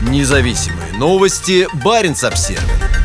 Независимые новости. Баренц-Обсервис.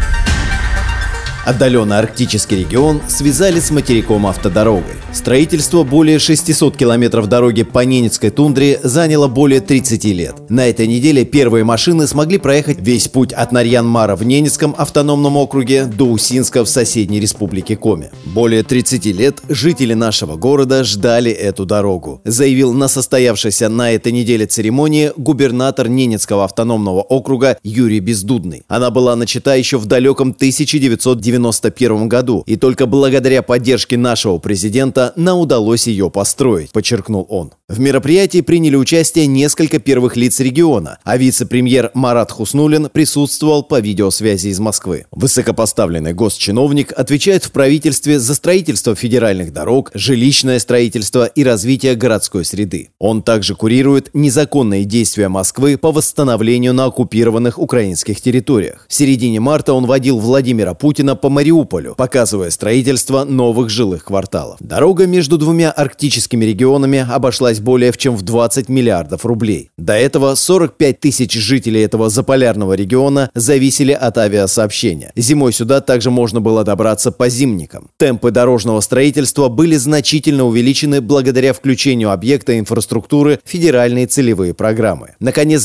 Отдаленный арктический регион связали с материком автодорогой. Строительство более 600 километров дороги по Ненецкой тундре заняло более 30 лет. На этой неделе первые машины смогли проехать весь путь от Нарьян-Мара в Ненецком автономном округе до Усинска в соседней республике Коми. Более 30 лет жители нашего города ждали эту дорогу, заявил на состоявшейся на этой неделе церемонии губернатор Ненецкого автономного округа Юрий Бездудный. Она была начата еще в далеком 1991 году, и только благодаря поддержке нашего президента нам удалось ее построить, подчеркнул он. В мероприятии приняли участие несколько первых лиц региона, а вице-премьер Марат Хуснуллин присутствовал по видеосвязи из Москвы. Высокопоставленный госчиновник отвечает в правительстве за строительство федеральных дорог, жилищное строительство и развитие городской среды. Он также курирует незаконные действия Москвы по восстановлению на оккупированных украинских территориях. В середине марта он водил Владимира Путина по Мариуполю, показывая строительство новых жилых кварталов. Дорога между двумя арктическими регионами обошлась более чем в 20 миллиардов рублей. До этого 45 тысяч жителей этого заполярного региона зависели от авиасообщения. Зимой сюда также можно было добраться по зимникам. Темпы дорожного строительства были значительно увеличены благодаря включению объекта инфраструктуры в федеральные целевые программы. На конец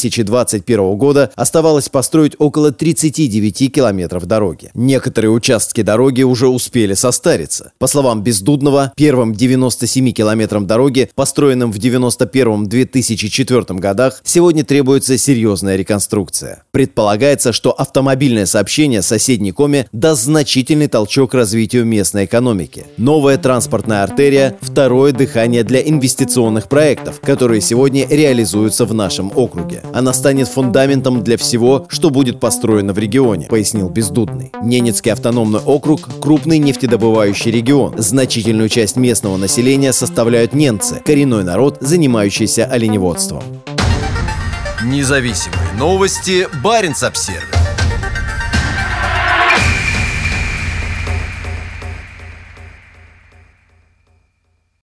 2021 года оставалось построить около 39 километров дороги. Некоторые участки дороги уже успели состариться. По словам Бездудного, первым 97 километрам дороги, построенным в 1991-2004 годах, сегодня требуется серьезная реконструкция. Предполагается, что автомобильное сообщение с соседней Коми даст значительный толчок развитию местной экономики. Новая транспортная артерия – второе дыхание для инвестиционных проектов, которые сегодня реализуются в нашем округе. Она станет фундаментом для всего, что будет построено в регионе, пояснил Бездудный. Ненецкий автономный округ – крупный нефтедобывающий регион. Значительную часть местного населения составляют ненцы, коренной народ, занимающийся оленеводством. Независимые новости. Баренц-Обсервис.